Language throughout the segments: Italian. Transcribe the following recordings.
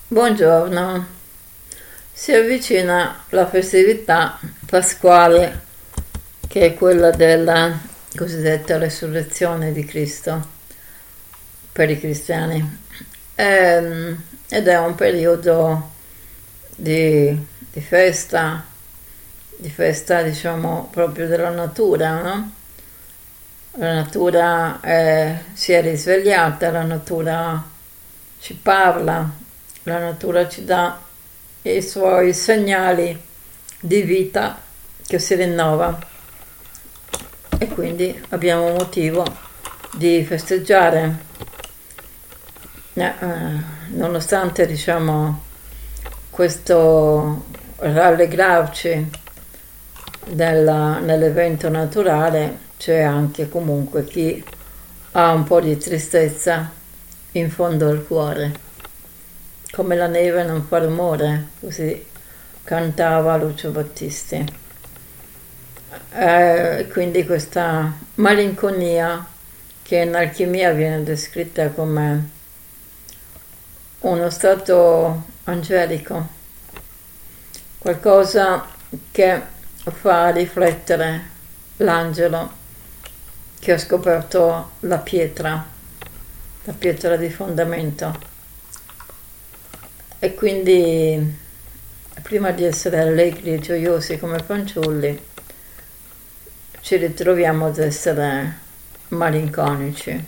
Buongiorno, si avvicina la festività pasquale che è quella della cosiddetta resurrezione di Cristo per i cristiani. Ed è un periodo di festa, diciamo proprio della natura, no? La natura si è risvegliata, la natura ci parla, la natura ci dà i suoi segnali di vita che si rinnova e quindi abbiamo motivo di festeggiare, nonostante diciamo questo rallegrarci nell'evento naturale. C'è anche comunque chi ha un po' di tristezza in fondo al cuore, come la neve non fa rumore, così cantava Lucio Battisti. Quindi questa malinconia che in alchimia viene descritta come uno stato angelico, qualcosa che fa riflettere l'angelo che ha scoperto la pietra di fondamento, e quindi prima di essere allegri e gioiosi come fanciulli ci ritroviamo ad essere malinconici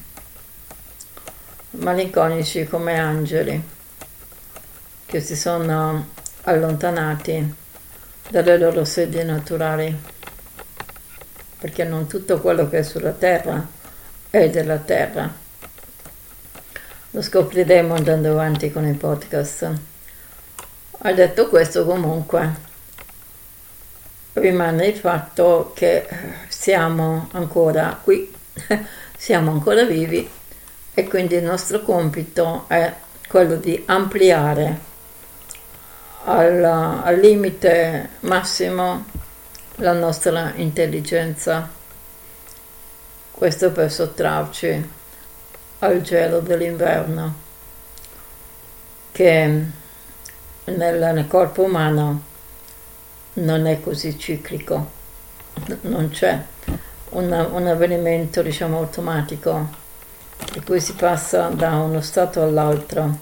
come angeli che si sono allontanati dalle loro sedi naturali, perché non tutto quello che è sulla terra è della terra. Lo scopriremo andando avanti con i podcast. Ha detto questo, comunque rimane il fatto che siamo ancora qui, siamo ancora vivi, e quindi il nostro compito è quello di ampliare al limite massimo la nostra intelligenza, questo per sottrarci al gelo dell'inverno che nel corpo umano non è così ciclico, non c'è un avvenimento diciamo automatico per cui si passa da uno stato all'altro.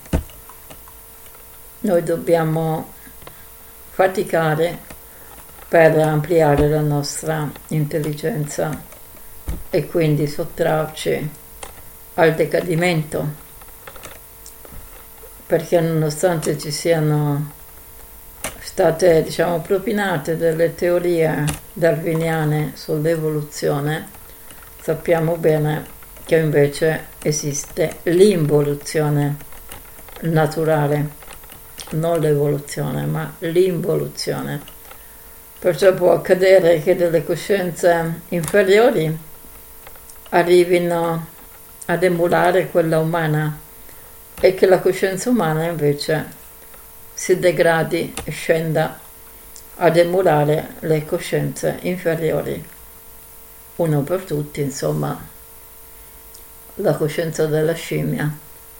Noi dobbiamo faticare per ampliare la nostra intelligenza e quindi sottrarci al decadimento, perché nonostante ci siano state diciamo propinate delle teorie darwiniane sull'evoluzione, sappiamo bene che invece esiste l'involuzione naturale, non l'evoluzione ma l'involuzione. Perciò può accadere che delle coscienze inferiori arrivino ad emulare quella umana e che la coscienza umana invece si degradi e scenda ad emulare le coscienze inferiori. Uno per tutti, insomma, la coscienza della scimmia.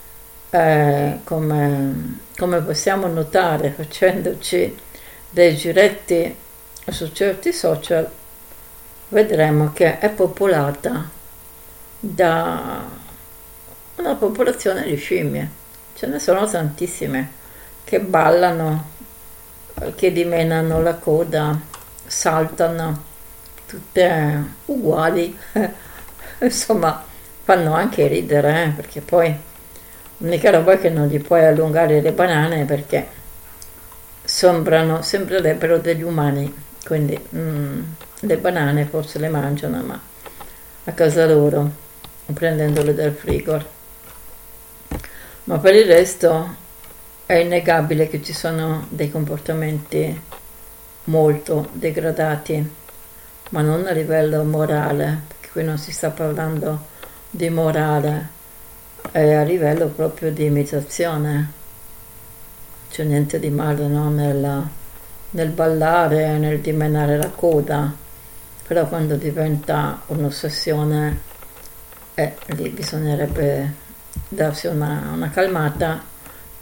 Come possiamo notare facendoci dei giretti su certi social, vedremo che è popolata da una popolazione di scimmie. Ce ne sono tantissime che ballano, che dimenano la coda, saltano, tutte uguali. Insomma, fanno anche ridere, perché poi l'unica roba è che non gli puoi allungare le banane perché sembrerebbero degli umani, quindi le banane forse le mangiano, ma a casa loro, prendendole dal frigo. Ma per il resto è innegabile che ci sono dei comportamenti molto degradati, ma non a livello morale, perché qui non si sta parlando di morale, è a livello proprio di imitazione. C'è niente di male, no? Nel ballare, nel dimenare la coda, però quando diventa un'ossessione, lì bisognerebbe darsi una calmata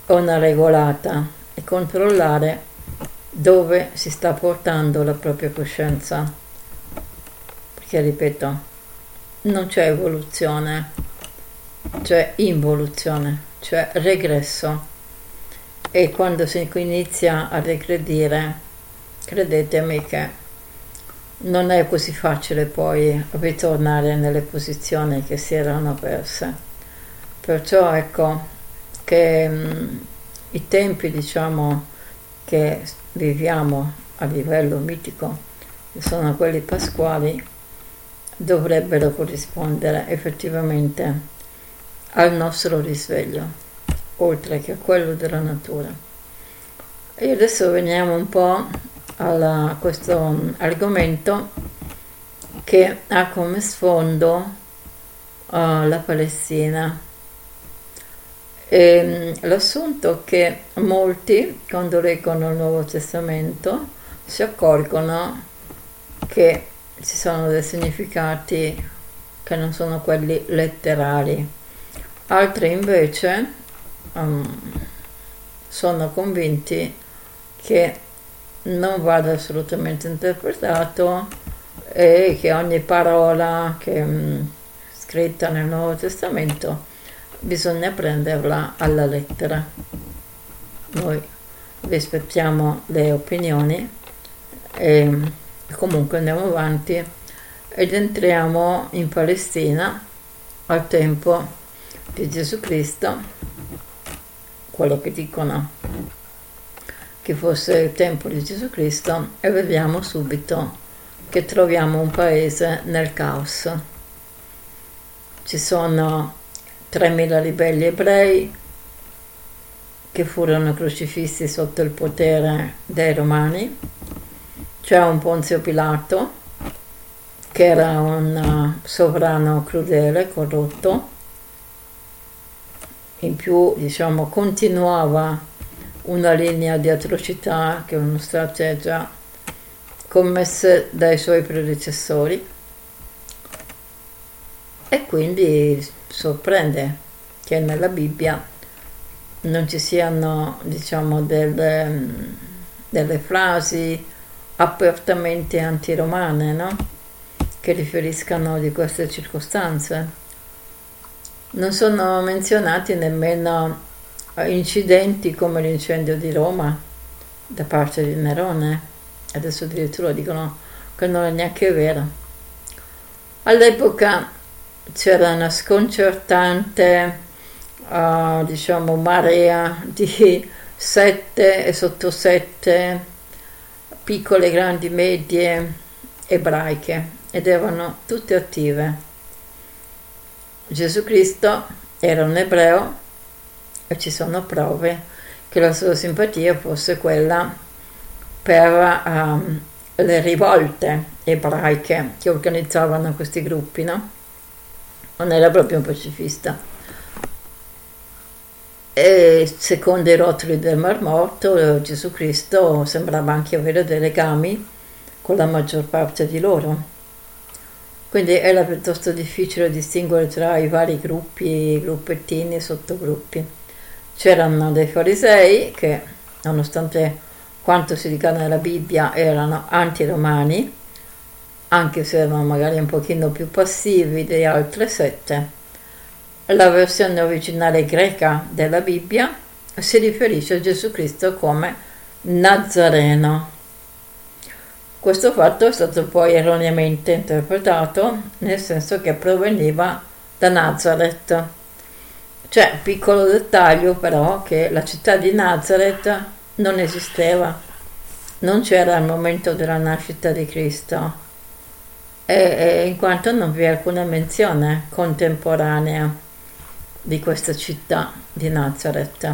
una regolata e controllare dove si sta portando la propria coscienza, perché ripeto, non c'è evoluzione, c'è involuzione, cioè regresso, e quando si inizia a regredire, credetemi che non è così facile poi ritornare nelle posizioni che si erano perse. Perciò ecco che i tempi, diciamo, che viviamo a livello mitico, che sono quelli pasquali, dovrebbero corrispondere effettivamente al nostro risveglio, oltre che a quello della natura. E adesso veniamo un po' a questo argomento che ha come sfondo la Palestina. E l'assunto che molti, quando leggono il Nuovo Testamento, si accorgono che ci sono dei significati che non sono quelli letterali. Altri invece sono convinti che non vada assolutamente interpretato e che ogni parola che è scritta nel Nuovo Testamento bisogna prenderla alla lettera. Noi rispettiamo le opinioni e comunque andiamo avanti ed entriamo in Palestina al tempo di Gesù Cristo, quello che dicono che fosse il tempo di Gesù Cristo, e vediamo subito che troviamo un paese nel caos. Ci sono 3.000 ribelli ebrei che furono crocifissi sotto il potere dei Romani. C'è un Ponzio Pilato che era un sovrano crudele, corrotto, in più, diciamo, continuava una linea di atrocità che erano state già commesse dai suoi predecessori, e quindi sorprende che nella Bibbia non ci siano, diciamo, delle frasi apertamente antiromane, no? Che riferiscano di queste circostanze. Non sono menzionati nemmeno incidenti come l'incendio di Roma da parte di Nerone. Adesso addirittura dicono che non è neanche vero. All'epoca c'era una sconcertante diciamo marea di sette e sottosette, piccole, grandi, medie ebraiche, ed erano tutte attive. Gesù Cristo era un ebreo e ci sono prove che la sua simpatia fosse quella per le rivolte ebraiche che organizzavano questi gruppi, no? Non era proprio un pacifista. E secondo i rotoli del Mar Morto, Gesù Cristo sembrava anche avere dei legami con la maggior parte di loro. Quindi era piuttosto difficile distinguere tra i vari gruppi, gruppettini e sottogruppi. C'erano dei farisei che, nonostante quanto si dica nella Bibbia, erano antiromani, anche se erano magari un pochino più passivi delle altre sette. La versione originale greca della Bibbia si riferisce a Gesù Cristo come Nazareno. Questo fatto è stato poi erroneamente interpretato, nel senso che proveniva da Nazareth. C'è piccolo dettaglio però che la città di Nazareth non esisteva, non c'era al momento della nascita di Cristo, e in quanto non vi è alcuna menzione contemporanea di questa città di Nazareth.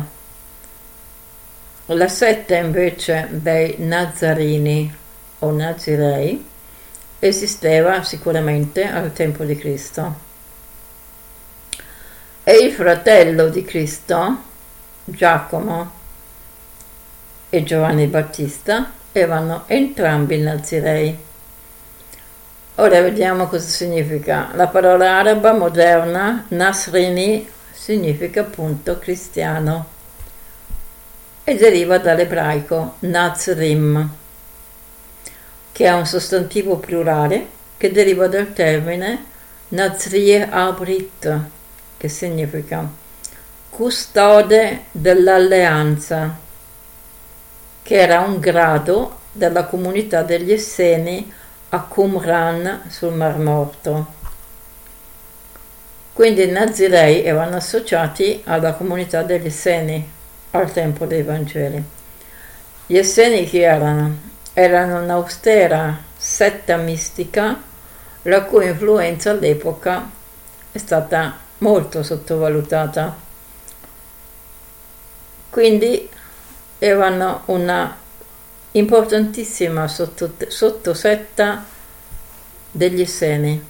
La setta invece dei Nazarini o Nazirei esisteva sicuramente al tempo di Cristo, e il fratello di Cristo, Giacomo e Giovanni Battista, erano entrambi Nazirei. Ora vediamo cosa significa. La parola araba moderna Nasrini significa appunto cristiano. e deriva dall'ebraico Nazrim, che è un sostantivo plurale che deriva dal termine Nazrieh Abrit, che significa custode dell'alleanza, che era un grado della comunità degli Esseni a Qumran sul Mar Morto. Quindi i Nazirei erano associati alla comunità degli Esseni al tempo dei Vangeli. Gli Esseni chi erano? Erano un'austera setta mistica la cui influenza all'epoca è stata molto sottovalutata. Quindi erano una importantissima sottosetta degli Esseni.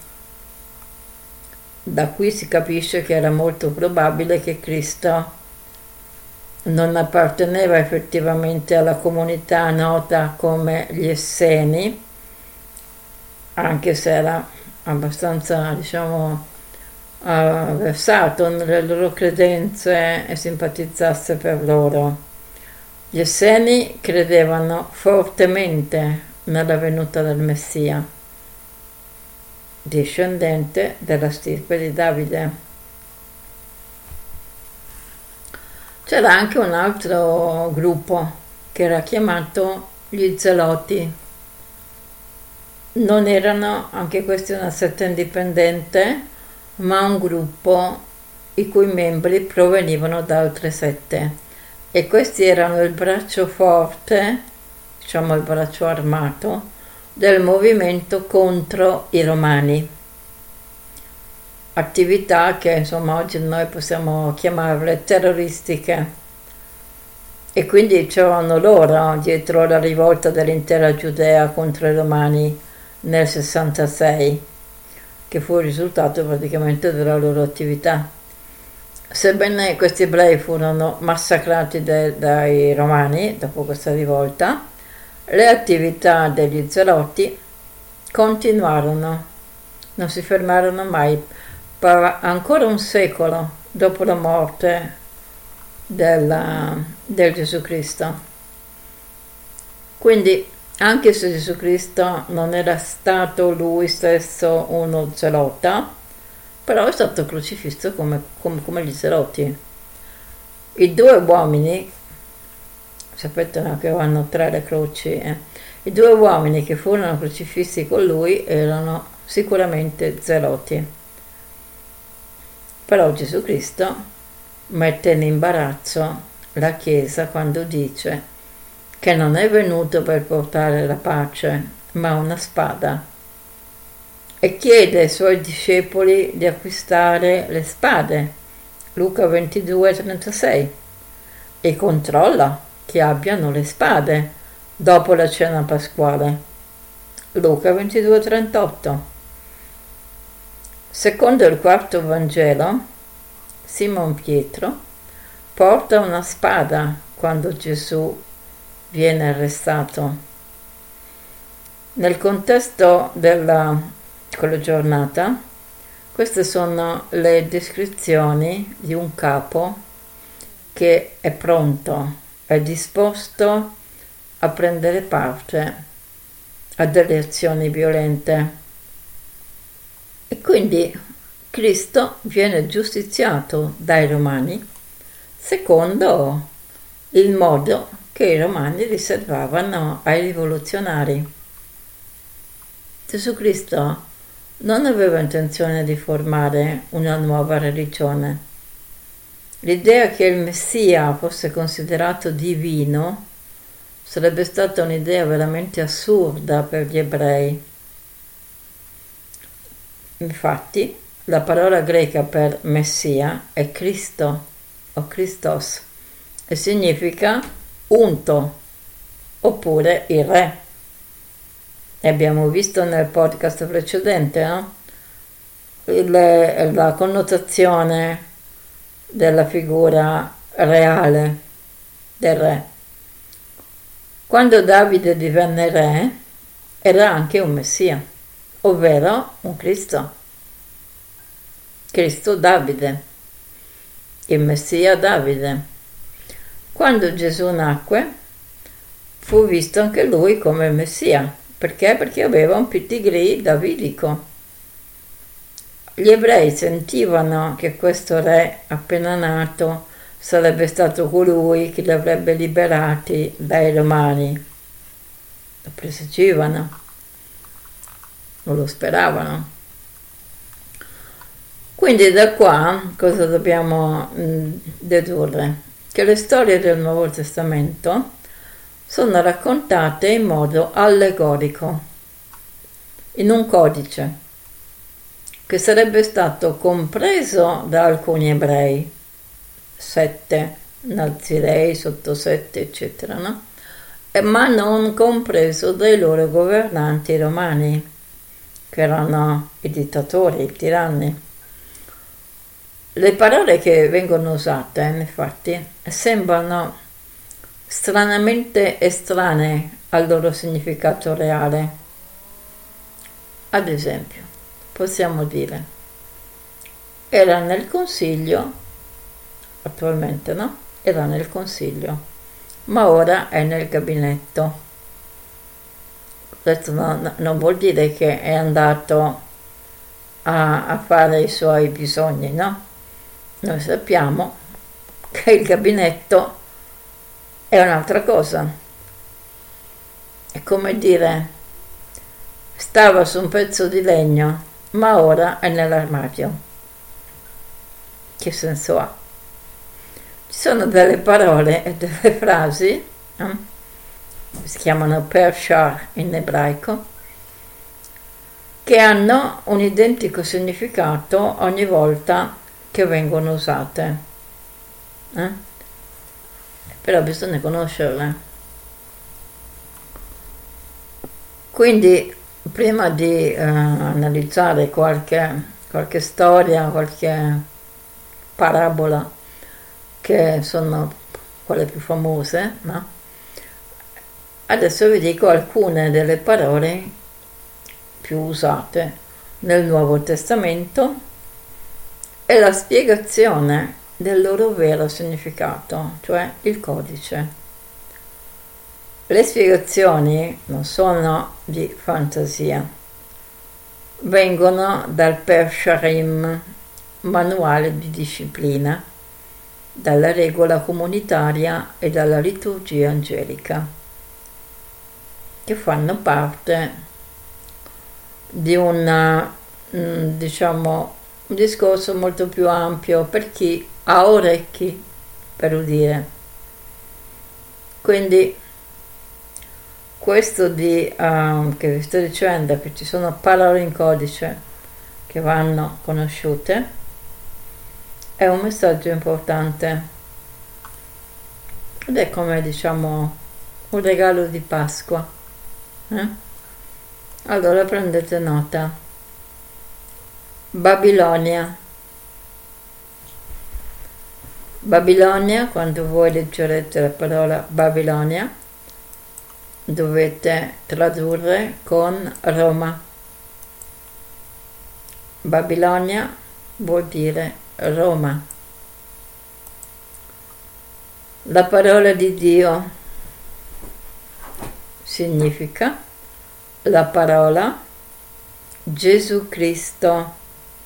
Da qui si capisce che era molto probabile che Cristo non apparteneva effettivamente alla comunità nota come gli Esseni, anche se era abbastanza, versato nelle loro credenze e simpatizzasse per loro. Gli Esseni credevano fortemente nella venuta del Messia, discendente della stirpe di Davide. C'era anche un altro gruppo che era chiamato gli Zeloti. Non erano, anche questi, una setta indipendente, ma un gruppo i cui membri provenivano da altre sette. E questi erano il braccio forte, il braccio armato, del movimento contro i Romani. Attività che oggi noi possiamo chiamarle terroristiche. E quindi c'erano loro dietro la rivolta dell'intera Giudea contro i Romani nel 66, che fu il risultato praticamente della loro attività. Sebbene questi ebrei furono massacrati dai Romani dopo questa rivolta, le attività degli Zeloti continuarono, non si fermarono mai, per ancora un secolo dopo la morte del Gesù Cristo. Quindi, anche se Gesù Cristo non era stato lui stesso uno zelota, però è stato crocifisso come gli zeloti. I due uomini, sapete che avevano 3 le croci, i 2 uomini che furono crocifissi con lui erano sicuramente zeloti. Però Gesù Cristo mette in imbarazzo la Chiesa quando dice che non è venuto per portare la pace, ma una spada, e chiede ai suoi discepoli di acquistare le spade, Luca 22,36, e controlla che abbiano le spade dopo la cena pasquale, Luca 22,38. Secondo il 4° Vangelo, Simon Pietro porta una spada quando Gesù viene arrestato. Nel contesto della quella giornata, queste sono le descrizioni di un capo che è pronto, è disposto a prendere parte a delle azioni violente. E quindi Cristo viene giustiziato dai Romani secondo il modo che i Romani riservavano ai rivoluzionari. Gesù Cristo non aveva intenzione di formare una nuova religione. L'idea che il Messia fosse considerato divino sarebbe stata un'idea veramente assurda per gli ebrei. Infatti, la parola greca per Messia è Cristo o Christos e significa unto oppure il re. E abbiamo visto nel podcast precedente, no? La connotazione della figura reale del re. Quando Davide divenne re, era anche un Messia, ovvero un Cristo. Cristo Davide, il Messia Davide. Quando Gesù nacque, fu visto anche lui come Messia. Perché? Perché aveva un pedigree davidico. Gli ebrei sentivano che questo re appena nato sarebbe stato colui che li avrebbe liberati dai Romani. Lo presagivano, non lo speravano. Quindi da qua cosa dobbiamo dedurre? Che le storie del Nuovo Testamento sono raccontate in modo allegorico, in un codice che sarebbe stato compreso da alcuni ebrei, 7 nazirei, sotto 7, eccetera, no? Ma non compreso dai loro governanti romani, che erano i dittatori, i tiranni. Le parole che vengono usate, infatti, sembrano stranamente estranee al loro significato reale. Ad esempio, possiamo dire, era nel consiglio, attualmente no? Era nel consiglio, ma ora è nel gabinetto. Questo non vuol dire che è andato a fare i suoi bisogni, no? Noi sappiamo che il gabinetto è un'altra cosa. È come dire, stava su un pezzo di legno, ma ora è nell'armadio. Che senso ha? Ci sono delle parole e delle frasi, si chiamano pershar in ebraico, che hanno un identico significato ogni volta che vengono usate. Però bisogna conoscerle. Quindi prima di analizzare qualche storia, qualche parabola, che sono quelle più famose, no? Adesso vi dico alcune delle parole più usate nel Nuovo Testamento e la spiegazione del loro vero significato, cioè il codice. Le spiegazioni non sono di fantasia, vengono dal Persharim, manuale di disciplina, dalla regola comunitaria e dalla liturgia angelica, che fanno parte di un discorso molto più ampio per chi ha orecchi per udire. Quindi questo che vi sto dicendo, che ci sono parole in codice che vanno conosciute, è un messaggio importante ed è come un regalo di Pasqua. Allora prendete nota. Babilonia. Babilonia, quando voi leggerete la parola Babilonia, dovete tradurre con Roma. Babilonia vuol dire Roma. La parola di Dio significa la parola Gesù Cristo.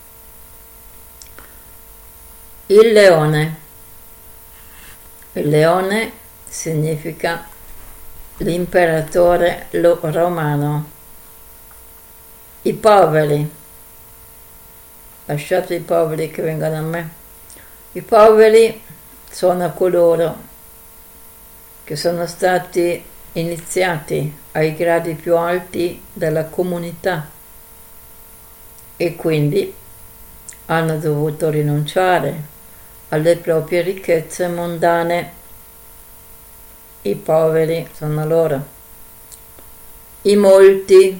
Il leone. Il leone significa l'imperatore romano. I poveri. Lasciate i poveri che vengano a me. I poveri sono coloro che sono stati iniziati ai gradi più alti della comunità e quindi hanno dovuto rinunciare alle proprie ricchezze mondane. I poveri sono loro. I molti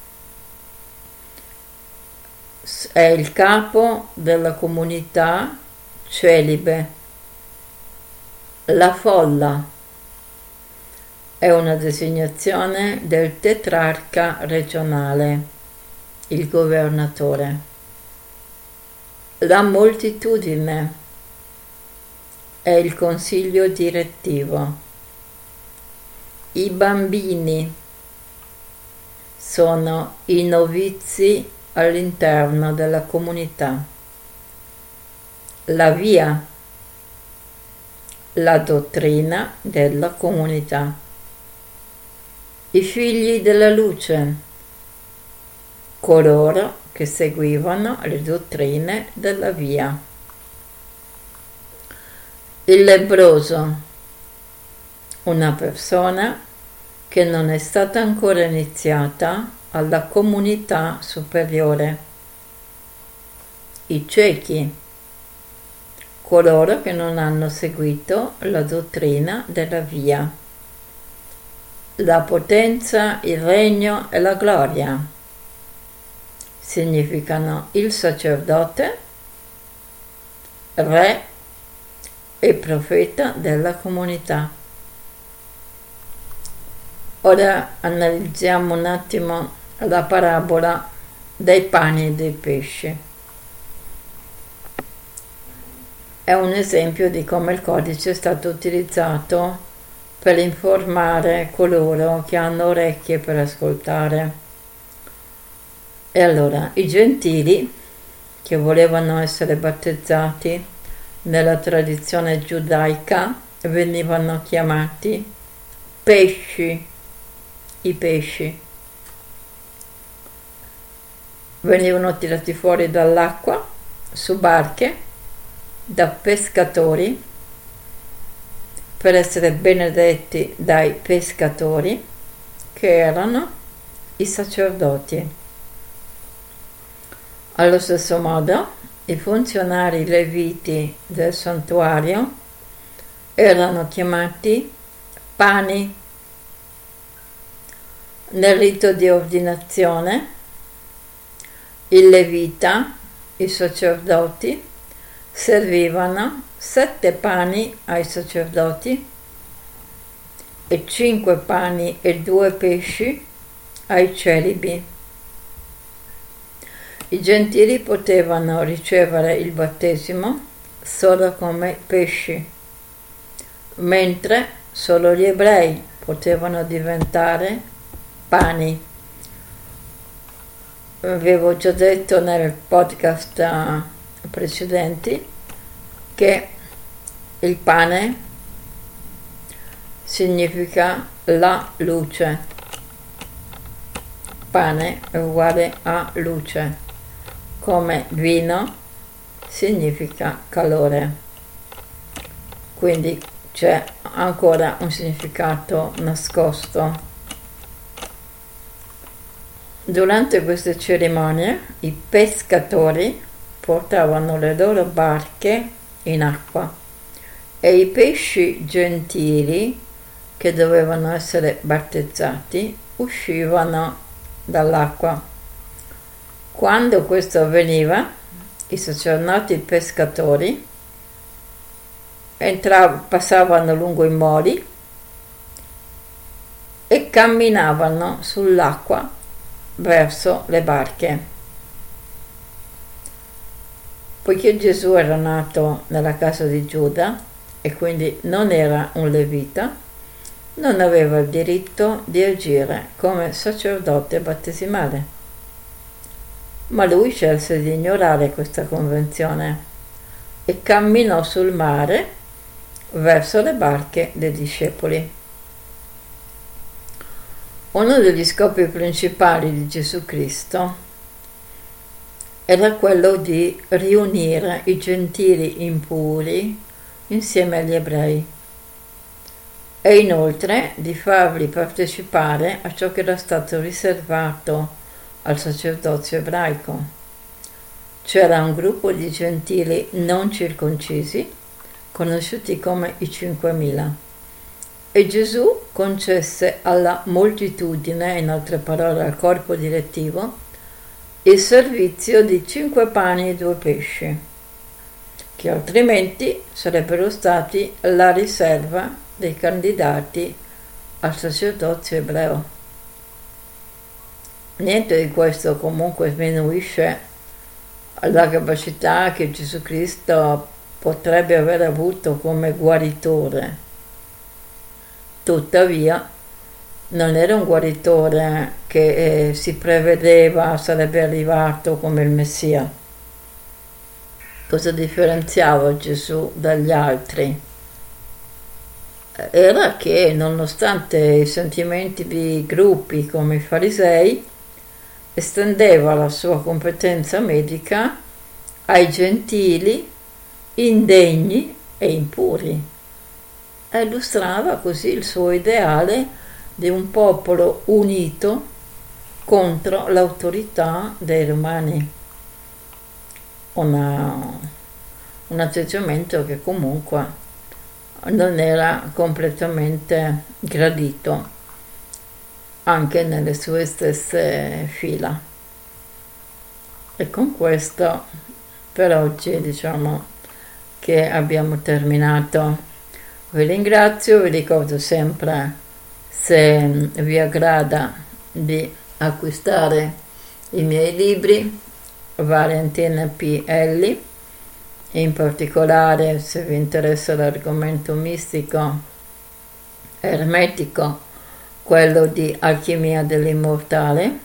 è il capo della comunità celibe. La folla è una designazione del tetrarca regionale, il governatore. La moltitudine è il consiglio direttivo. I bambini sono i novizi all'interno della comunità. La via, la dottrina della comunità. I figli della luce, coloro che seguivano le dottrine della via. Il lebbroso, una persona che non è stata ancora iniziata alla comunità superiore. I ciechi, coloro che non hanno seguito la dottrina della via. La potenza, il regno e la gloria significano il sacerdote, re e profeta della comunità. Ora analizziamo un attimo la parabola dei pani e dei pesci. È un esempio di come il codice è stato utilizzato per informare coloro che hanno orecchie per ascoltare. E allora, i gentili che volevano essere battezzati nella tradizione giudaica venivano chiamati pesci. I pesci venivano tirati fuori dall'acqua su barche da pescatori per essere benedetti dai pescatori che erano i sacerdoti. Allo stesso modo, i funzionari leviti del santuario erano chiamati pani. Nel rito di ordinazione, il levita, i sacerdoti, servivano 7 pani ai sacerdoti e 5 pani e 2 pesci ai celibi. I gentili potevano ricevere il battesimo solo come pesci, mentre solo gli ebrei potevano diventare pani. Avevo già detto nel podcast precedenti che il pane significa la luce. Pane è uguale a luce, come vino significa calore. Quindi c'è ancora un significato nascosto. Durante queste cerimonie i pescatori portavano le loro barche in acqua e i pesci gentili che dovevano essere battezzati uscivano dall'acqua. Quando questo avveniva, i sacerdoti pescatori passavano lungo i moli e camminavano sull'acqua verso le barche. Poiché Gesù era nato nella casa di Giuda e quindi non era un levita, non aveva il diritto di agire come sacerdote battesimale. Ma lui scelse di ignorare questa convenzione e camminò sul mare verso le barche dei discepoli. Uno degli scopi principali di Gesù Cristo era quello di riunire i gentili impuri insieme agli ebrei e inoltre di farli partecipare a ciò che era stato riservato al sacerdozio ebraico. C'era un gruppo di gentili non circoncisi, conosciuti come i 5.000. E Gesù concesse alla moltitudine, in altre parole al corpo direttivo, il servizio di 5 pani e 2 pesci, che altrimenti sarebbero stati la riserva dei candidati al sacerdozio ebreo. Niente di questo comunque sminuisce la capacità che Gesù Cristo potrebbe aver avuto come guaritore. Tuttavia non era un guaritore che si prevedeva sarebbe arrivato come il Messia. Cosa differenziava Gesù dagli altri? Era che nonostante i sentimenti di gruppi come i farisei, estendeva la sua competenza medica ai gentili, indegni e impuri, e illustrava così il suo ideale di un popolo unito contro l'autorità dei romani. Un atteggiamento che comunque non era completamente gradito anche nelle sue stesse fila. E con questo per oggi diciamo che abbiamo terminato. Vi ringrazio, vi ricordo sempre, se vi aggrada, di acquistare i miei libri Valentina P. Elli, in particolare se vi interessa l'argomento mistico ermetico, quello di Alchimia dell'immortale,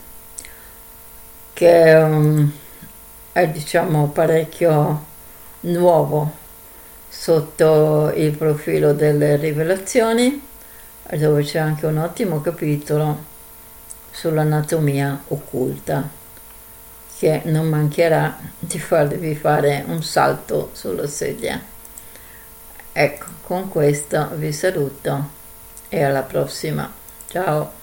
che è diciamo parecchio nuovo sotto il profilo delle rivelazioni, dove c'è anche un ottimo capitolo sull'anatomia occulta, che non mancherà di farvi fare un salto sulla sedia. Ecco, con questo vi saluto e alla prossima. Ciao!